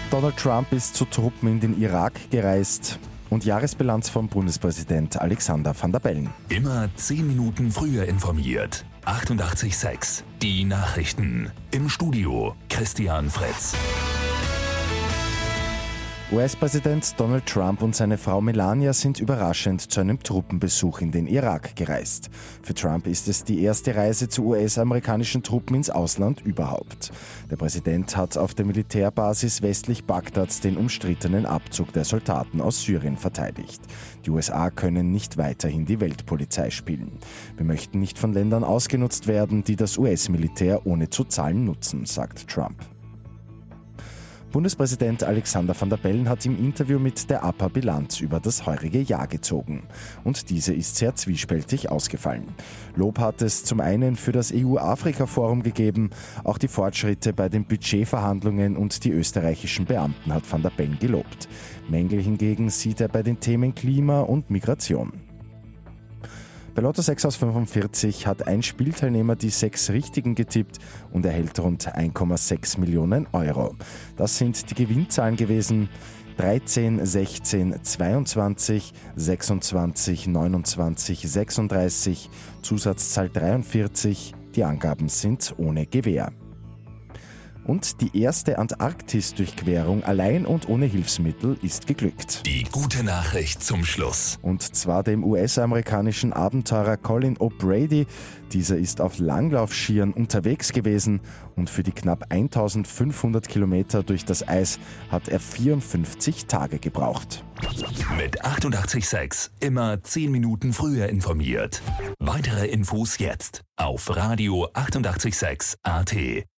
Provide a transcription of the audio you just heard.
Donald Trump ist zu Truppen in den Irak gereist und Jahresbilanz von Bundespräsident Alexander Van der Bellen. Immer 10 Minuten früher informiert. 88,6. Die Nachrichten. Im Studio Christian Fritz. US-Präsident Donald Trump und seine Frau Melania sind überraschend zu einem Truppenbesuch in den Irak gereist. Für Trump ist es die erste Reise zu US-amerikanischen Truppen ins Ausland überhaupt. Der Präsident hat auf der Militärbasis westlich Bagdads den umstrittenen Abzug der Soldaten aus Syrien verteidigt. Die USA können nicht weiterhin die Weltpolizei spielen. Wir möchten nicht von Ländern ausgenutzt werden, die das US-Militär ohne zu zahlen nutzen, sagt Trump. Bundespräsident Alexander Van der Bellen hat im Interview mit der APA Bilanz über das heurige Jahr gezogen. Und diese ist sehr zwiespältig ausgefallen. Lob hat es zum einen für das EU-Afrika-Forum gegeben, auch die Fortschritte bei den Budgetverhandlungen und die österreichischen Beamten hat Van der Bellen gelobt. Mängel hingegen sieht er bei den Themen Klima und Migration. Bei Lotto 6 aus 45 hat ein Spielteilnehmer die 6 Richtigen getippt und erhält rund 1,6 Millionen Euro. Das sind die Gewinnzahlen gewesen: 13, 16, 22, 26, 29, 36, Zusatzzahl 43. Die Angaben sind ohne Gewähr. Und die erste Antarktis-Durchquerung allein und ohne Hilfsmittel ist geglückt. Die gute Nachricht zum Schluss. Und zwar dem US-amerikanischen Abenteurer Colin O'Brady. Dieser ist auf Langlaufskiern unterwegs gewesen und für die knapp 1500 Kilometer durch das Eis hat er 54 Tage gebraucht. Mit 88,6 immer 10 Minuten früher informiert. Weitere Infos jetzt auf Radio 88,6 AT.